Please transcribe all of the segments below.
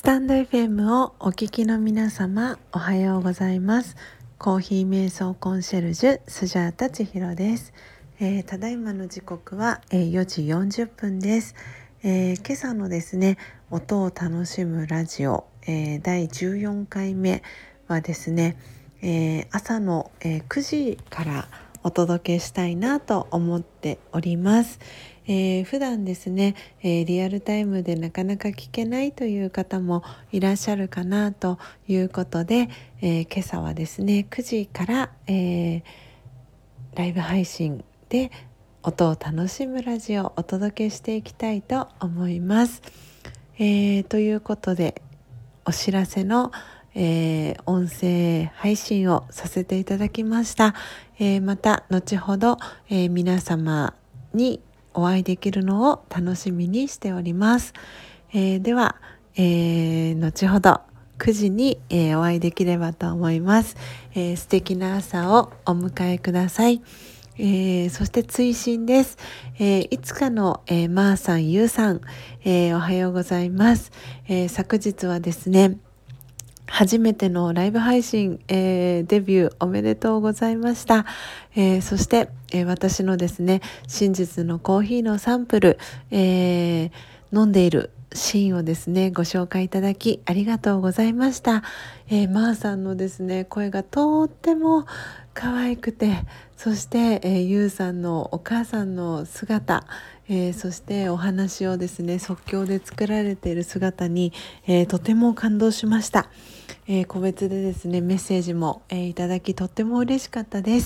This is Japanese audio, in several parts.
スタンド FM をお聞きの皆様、おはようございます。コーヒー瞑想コンシェルジュスジャータ千尋です。ただいまの時刻は、4時40分です。今朝のですね、音を楽しむラジオ、第14回目はですね、朝の、9時からお届けしたいなと思っております。普段ですね、リアルタイムでなかなか聞けないという方もいらっしゃるかなということで、今朝はですね9時から、ライブ配信で音を楽しむラジオをお届けしていきたいと思います。ということでお知らせの、音声配信をさせていただきました。また後ほど、皆様にお会いできるのを楽しみにしております。では、後ほど9時に、お会いできればと思います。素敵な朝をお迎えください。そして追伸です。いつかの、まーさん、ゆうさん、おはようございます。昨日はですね、初めてのライブ配信、デビューおめでとうございました。そして、私のですね、真実のコーヒーのサンプル、飲んでいるシーンをですねご紹介いただきありがとうございました。まーさんのですね声がとっても可愛くて、そして、ゆうさんのお母さんの姿、そしてお話をですね即興で作られている姿に、とても感動しました。個別でですねメッセージも、いただきとっても嬉しかったです。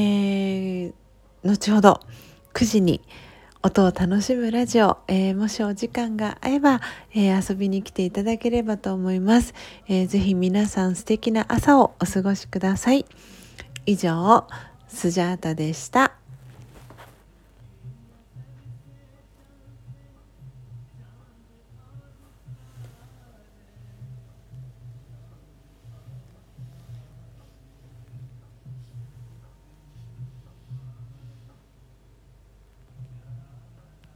後ほど9時に音を楽しむラジオ、もしお時間が合えば、遊びに来ていただければと思います。ぜひ皆さん素敵な朝をお過ごしください。以上、スジャータでした。